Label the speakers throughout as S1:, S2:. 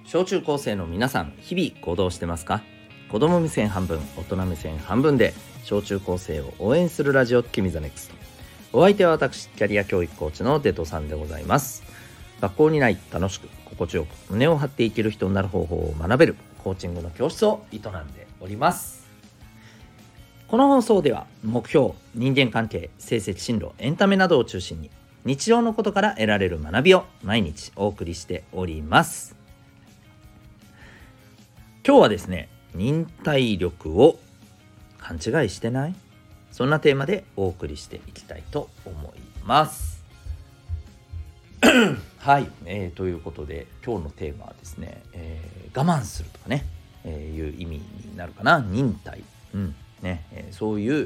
S1: 小中高生の皆さん、日々行動してますか？子供目線半分、大人目線半分で小中高生を応援するラジオ君ザネクスト。お相手は私、キャリア教育コーチのデトさんでございます。学校にない楽しく心地よく胸を張って生きる人になる方法を学べるコーチングの教室を営んでおります。この放送では目標、人間関係、成績進路、エンタメなどを中心に日常のことから得られる学びを毎日お送りしております。今日はですね、忍耐力を勘違いしてない？そんなテーマでお送りしていきたいと思いますはい、ということで今日のテーマはですね、我慢するとかね、いう意味になるかな。忍耐、そういう、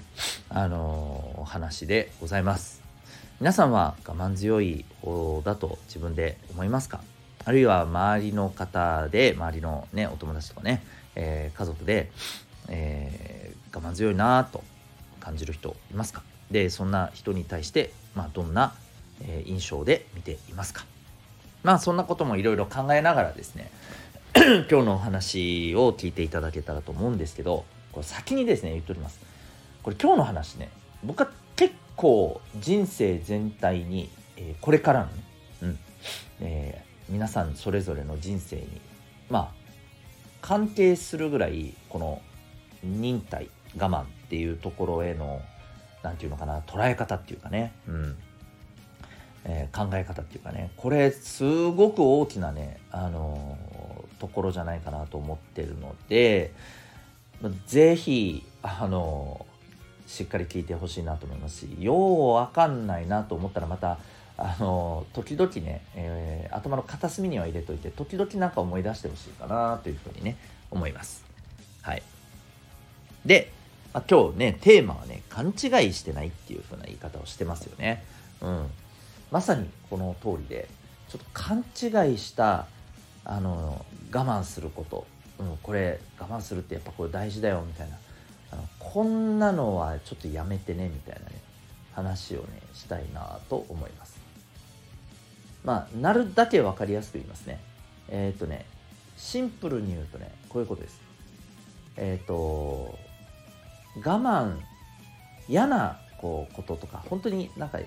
S1: 話でございます。皆さんは我慢強い方だと自分で思いますか？あるいは周りの方で、周りのね、お友達とかね、家族で、我慢強いなと感じる人いますか？で、そんな人に対して、どんな、印象で見ていますか？そんなこともいろいろ考えながらですね今日のお話を聞いていただけたらと思うんですけど、これ先にですね言っております。これ今日の話ね、僕は結構人生全体に、これからのね、皆さんそれぞれの人生に関係するぐらい、この忍耐、我慢っていうところへのなんていうのかな、捉え方っていうかね、考え方っていうかね、これすごく大きなね、ところじゃないかなと思ってるので、ぜひしっかり聞いてほしいなと思いますし、ようわかんないなと思ったらまた時々ね、頭の片隅には入れといて、時々なんか思い出してほしいかなというふうにね思います。はい。で、今日ねテーマはね、勘違いしてないっていうふうな言い方をしてますよね。まさにこの通りで、ちょっと勘違いした我慢すること、これ我慢するってやっぱこれ大事だよみたいな、こんなのはちょっとやめてねみたいなね話をねしたいなと思います。なるだけ分かりやすく言いますね。シンプルに言うとね、こういうことです。我慢、嫌なこととか、本当になんか、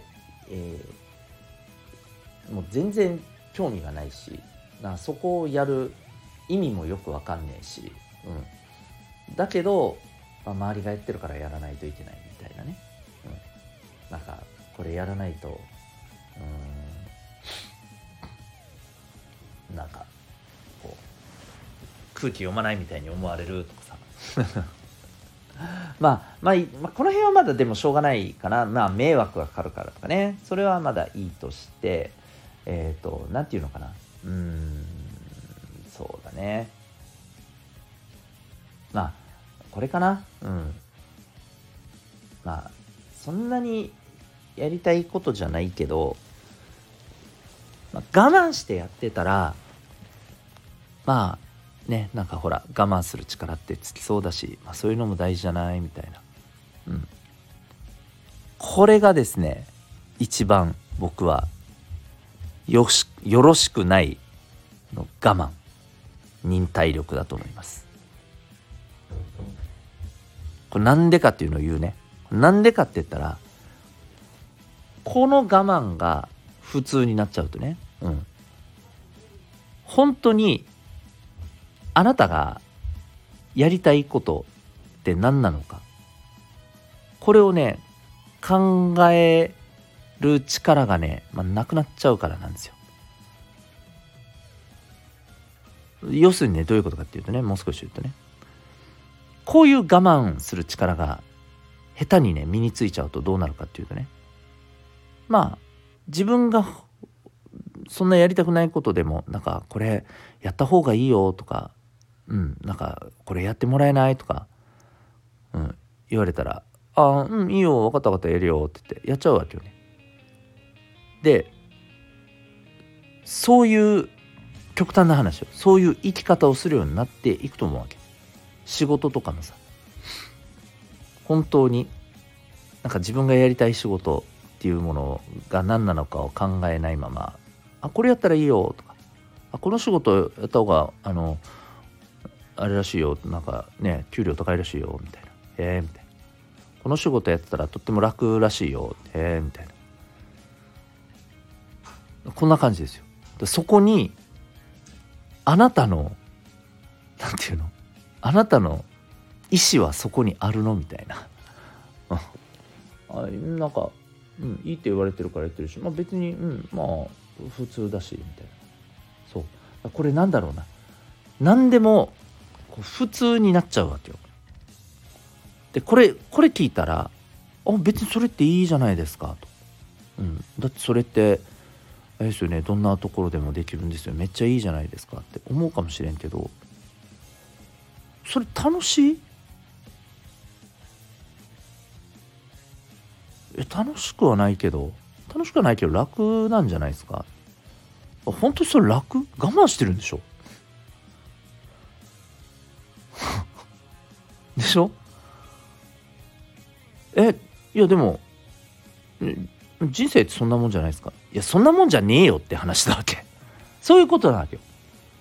S1: もう全然興味がないし、そこをやる意味もよく分かんねえし、だけど、周りがやってるからやらないといけないみたいなね、なんかこれやらないとなんかこう空気読まないみたいに思われるとかさこの辺はまだでもしょうがないかな。迷惑がかかるからとかね、それはまだいいとして、なんていうのかな、そうだね、これかな、そんなにやりたいことじゃないけど、我慢してやってたらなんかほら、我慢する力ってつきそうだし、そういうのも大事じゃないみたいな、これがですね、一番僕はよろしくないの我慢、忍耐力だと思います。これなんでかっていうのを言うね。なんでかって言ったら、この我慢が普通になっちゃうとね、本当にあなたがやりたいことって何なのか、これをね考える力がね、なくなっちゃうからなんですよ。要するにね、どういうことかっていうとね、もう少し言うとね、こういう我慢する力が下手にね身についちゃうとどうなるかっていうとね、自分がそんなやりたくないことでも、なんかこれやった方がいいよとか、なんかこれやってもらえないとか、言われたら、いいよ、分かった分かった、やるよって言ってやっちゃうわけよね。で、そういう極端な話を、そういう生き方をするようになっていくと思うわけ。仕事とかもさ、本当になんか自分がやりたい仕事っていうものが何なのかを考えないまま、これやったらいいよとか、 この仕事やった方があれらしいよ、なんかね給料高いらしいよみたいな、みたいな、この仕事やってたらとっても楽らしいよ、みたいな、こんな感じですよ。でそこにあなたのなんていうの、あなたの意思はそこにあるのみたいななんか、いいって言われてるから言ってるし、別に、まあ普通だしみたいな。そうこれなんだろうな、何でもこう普通になっちゃうわけよ。でこれ聞いたら、別にそれっていいじゃないですかと、だってそれってあれですよね、どんなところでもできるんですよ、めっちゃいいじゃないですかって思うかもしれんけど、それ楽しい？楽しくはないけど楽なんじゃないですか。本当にそれ楽？我慢してるんでしょでしょ。いやでも人生ってそんなもんじゃないですか。いやそんなもんじゃねえよって話だわけ。そういうことなわけよ。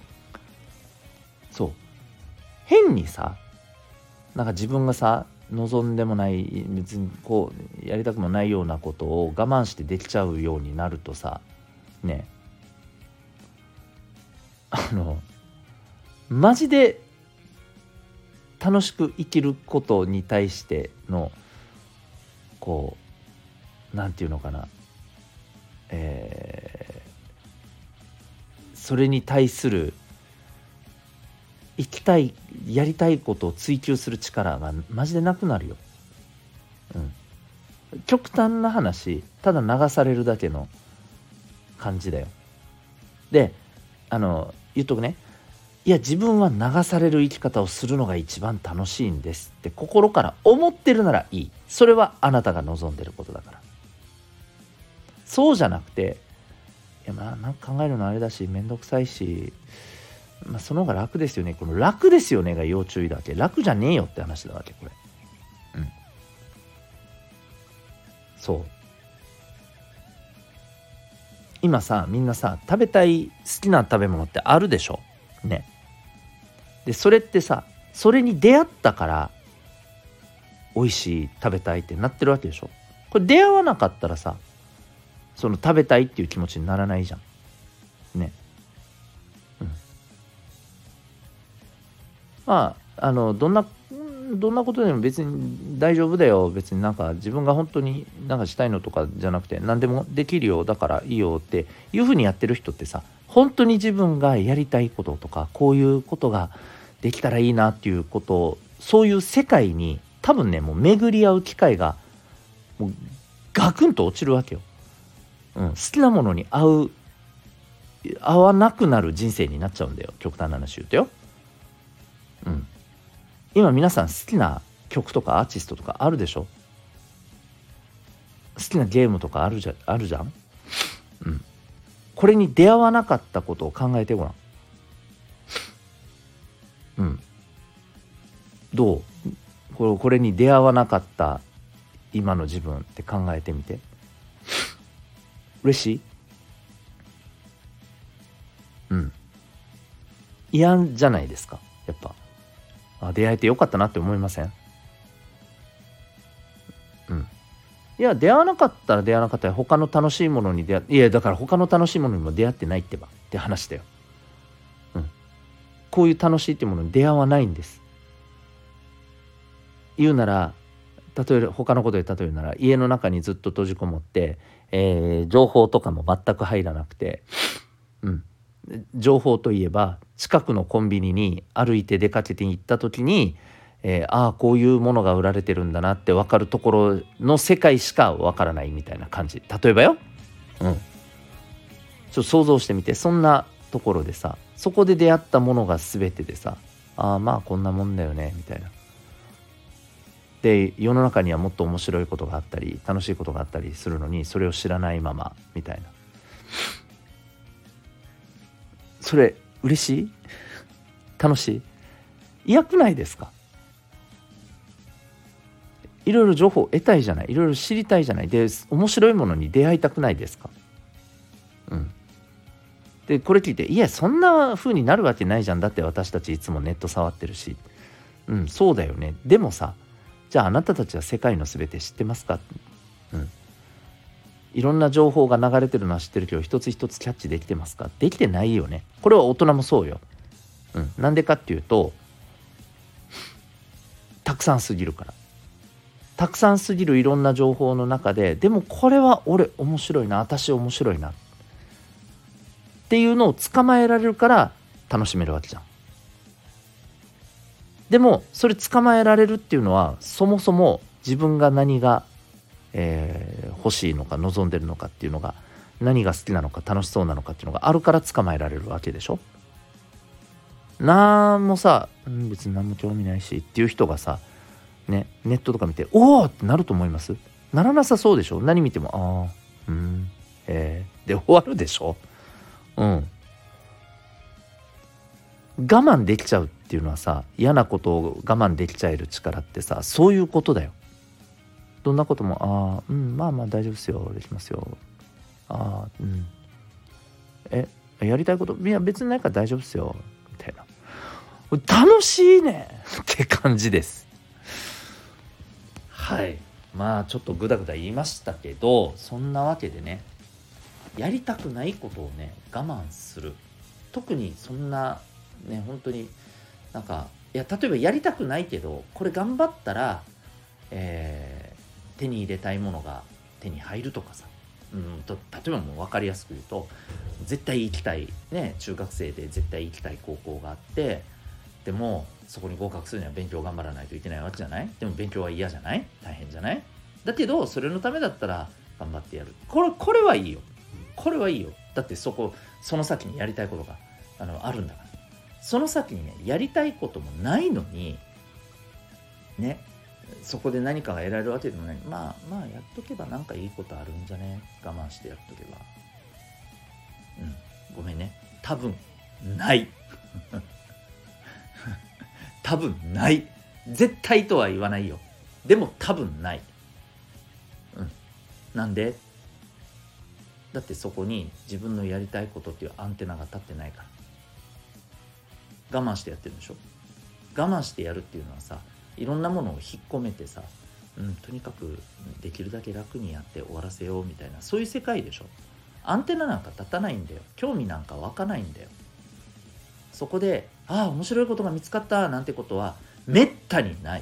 S1: そう変にさ、なんか自分がさ望んでもない、別にこうやりたくもないようなことを我慢してできちゃうようになるとさね、マジで楽しく生きることに対してのこうなんていうのかな、それに対する生きたいやりたいことを追求する力がマジでなくなるよ。極端な話、ただ流されるだけの感じだよ。で言っとくね、いや自分は流される生き方をするのが一番楽しいんですって心から思ってるならいい。それはあなたが望んでることだから。そうじゃなくて、いやなんか考えるのあれだしめんどくさいし、その方が楽ですよね。この楽ですよねが要注意だけ。楽じゃねえよって話だわけこれ。そう今さみんなさ食べたい好きな食べ物ってあるでしょね。でそれってさ、それに出会ったから美味しい食べたいってなってるわけでしょ。これ出会わなかったらさ、その食べたいっていう気持ちにならないじゃんね。どんなことでも別に大丈夫だよ、別になんか自分が本当になんかしたいのとかじゃなくて何でもできるよ、だからいいよっていう風にやってる人ってさ、本当に自分がやりたいこととかこういうことができたらいいなっていうことを、そういう世界に多分ねもう巡り合う機会がもうガクンと落ちるわけよ。好きなものに合わなくなる人生になっちゃうんだよ、極端な話言うとよ。今皆さん好きな曲とかアーティストとかあるでしょ。好きなゲームとかあるじゃん。これに出会わなかったことを考えてごらん。どう？これに出会わなかった今の自分って考えてみて。嬉しい？嫌じゃないですかやっぱ。出会えてよかったなって思いません？いや出会わなかったら出会わなかったら他の楽しいものにいやだから他の楽しいものにも出会ってないってばって話だよ。こういう楽しいっていうものに出会わないんです。言うなら、例えば他のことで例えるなら、家の中にずっと閉じこもって、情報とかも全く入らなくて、情報といえば近くのコンビニに歩いて出かけて行った時に、こういうものが売られてるんだなって分かるところの世界しか分からないみたいな感じ。例えばよ、ちょっと想像してみて。そんなところでさ、そこで出会ったものが全てでさ、こんなもんだよねみたいな。で世の中にはもっと面白いことがあったり楽しいことがあったりするのに、それを知らないままみたいな。それ嬉しい？楽しい？嫌くないですか？いろいろ情報を得たいじゃない、いろいろ知りたいじゃない。で面白いものに出会いたくないですか？ でこれ聞いて、いやそんな風になるわけないじゃん、だって私たちいつもネット触ってるし、そうだよね。でもさ、じゃああなたたちは世界のすべて知ってますか？いろんな情報が流れてるのは知ってるけど、一つ一つキャッチできてますか？できてないよね。これは大人もそうよ。なんでかっていうと、たくさんすぎるから。たくさんすぎるいろんな情報の中で、でもこれは俺面白いな、私面白いなっていうのを捕まえられるから楽しめるわけじゃん。でもそれ捕まえられるっていうのは、そもそも自分が何が、欲しいのか望んでるのかっていうのが、何が好きなのか楽しそうなのかっていうのがあるから捕まえられるわけでしょ。なんもさ、別に何も興味ないしっていう人がさ、ネットとか見ておーってなると思います？ならなさそうでしょ。何見てもで終わるでしょ。我慢できちゃうっていうのはさ、嫌なことを我慢できちゃえる力ってさ、そういうことだよ。どんなこともまあまあ大丈夫ですよ、できますよ、やりたいこといや別にないから大丈夫ですよみたいな、楽しいねって感じです。はい、まあちょっとグダグダ言いましたけど、そんなわけでね、やりたくないことをね我慢する、特にそんなね、本当になんか、いや例えばやりたくないけどこれ頑張ったら、手に入れたいものが手に入るとかさ、例えばもう分かりやすく言うと、絶対行きたいね、中学生で絶対行きたい高校があって、でもそこに合格するには勉強頑張らないといけないわけじゃない。でも勉強は嫌じゃない、大変じゃない。だけどそれのためだったら頑張ってやる、これはいいよ、これはいいよ。だってその先にやりたいことがあるんだから。その先にねやりたいこともないのにね、そこで何かが得られるわけでもない。まあやっとけばなんかいいことあるんじゃね、我慢してやっとけば。ごめんね、多分ない多分ない、絶対とは言わないよ。でも多分ない。なんで？だってそこに自分のやりたいことっていうアンテナが立ってないから。我慢してやってるんでしょ。我慢してやるっていうのはさ、いろんなものを引っ込めてさ、とにかくできるだけ楽にやって終わらせようみたいな、そういう世界でしょ。アンテナなんか立たないんだよ。興味なんか湧かないんだよ。そこで面白いことが見つかったなんてことはめったにない。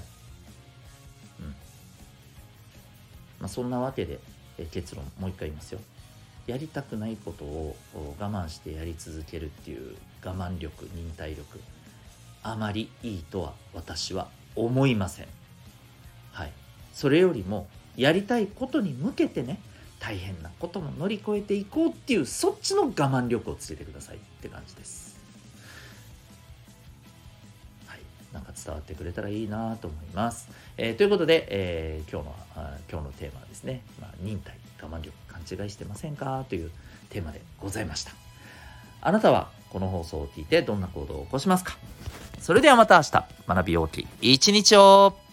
S1: そんなわけで結論もう一回言いますよ。やりたくないことを我慢してやり続けるっていう我慢力、忍耐力、あまりいいとは私は思いません。それよりもやりたいことに向けてね、大変なことも乗り越えていこうっていう、そっちの我慢力をつけてくださいって感じです。なんか伝わってくれたらいいなと思います。ということで、今日のテーマはですね、忍耐、我慢力勘違いしてませんかというテーマでございました。あなたはこの放送を聞いてどんな行動を起こしますか？それではまた明日、学び大きい一日を。